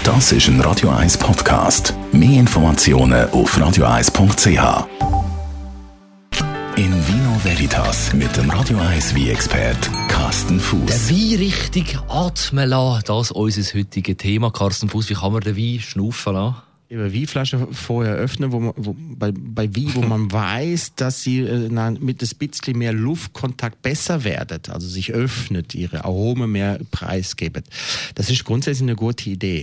Das ist ein Radio 1 Podcast. Mehr Informationen auf radio1.ch. In Vino Veritas mit dem Radio 1 Wein-Expert Carsten Fuß. Der Wein richtig atmen lassen, das ist unser heutiges Thema. Carsten Fuß, wie kann man den Wein schnaufen lassen? Über Weinflasche vorher öffnen, bei Wein, wo man weiß, dass sie mit ein bisschen mehr Luftkontakt besser werden, also sich öffnet, ihre Aromen mehr preisgeben. Das ist grundsätzlich eine gute Idee.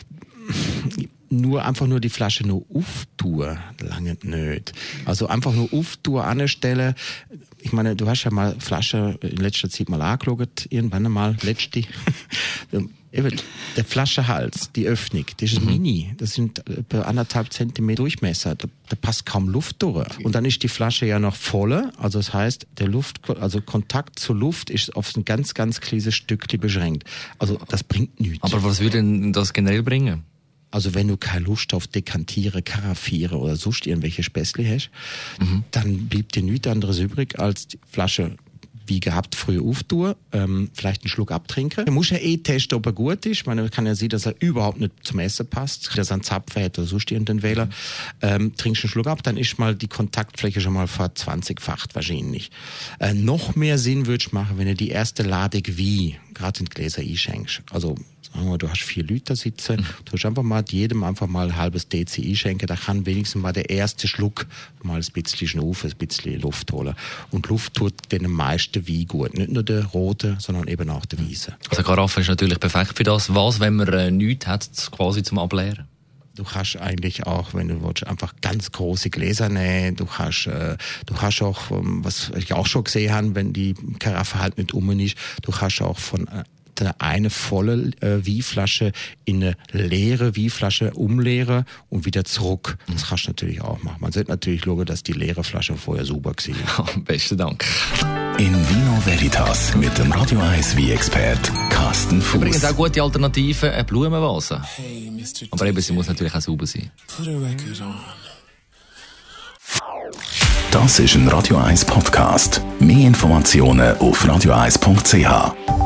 Einfach nur die Flasche nur auftun, lange nicht. Also einfach nur auftun, anstellen. Ich meine, du hast ja mal Flasche in letzter Zeit mal angeschaut, irgendwann einmal, letzte. Eben, der Flaschenhals, die Öffnung, das ist mini. Das sind etwa 1,5 Zentimeter Durchmesser. Da passt kaum Luft durch. Und dann ist die Flasche ja noch voll. Also das heißt, Kontakt zur Luft ist auf ein ganz, ganz kleines Stückchen beschränkt. Also das bringt nichts. Aber was würde denn das generell bringen? Also wenn du keine Lust auf Dekantiere, Karaffiere oder sonst irgendwelche Späßli hast, dann bleibt dir nichts anderes übrig, als die Flasche wie gehabt früher auftun, vielleicht einen Schluck abtrinken. Du musst ja testen, ob er gut ist. Ich meine, man kann ja sehen, dass er überhaupt nicht zum Essen passt, dass er einen Zapfen hat oder sonst irgendeinen Wähler. Trinkst einen Schluck ab, dann ist mal die Kontaktfläche schon mal ver-20-facht wahrscheinlich. Noch mehr Sinn würdest du machen, wenn du die erste Ladung Wein gerade in die Gläser einschenkst. Also sagen wir, du hast 4 Leute sitzen, du hast jedem einfach mal ein halbes Dezi einschenken, da kann wenigstens mal der erste Schluck mal ein bisschen schnaufen, ein bisschen Luft holen. Und Luft tut den meisten Wein gut. Nicht nur der rote, sondern eben auch der weiße. Also Karaffe ist natürlich perfekt für das. Was, wenn man nichts hat, quasi zum Ableeren? Du kannst eigentlich auch, wenn du willst, einfach ganz große Gläser nehmen. Du kannst auch, was ich auch schon gesehen habe, wenn die Karaffe halt nicht ist, du kannst auch von eine volle Weinflasche in eine leere Weinflasche umleeren und wieder zurück. Das kannst du natürlich auch machen. Man sollte natürlich schauen, dass die leere Flasche vorher sauber war. Besten Dank. In Vino Veritas mit dem Radio 1 Wein-Expert Carsten Fuß. Übrigens auch gute Alternative, eine Blumenvase. Aber eben, sie muss natürlich auch sauber sein. Das ist ein Radio 1 Podcast. Mehr Informationen auf radio1.ch.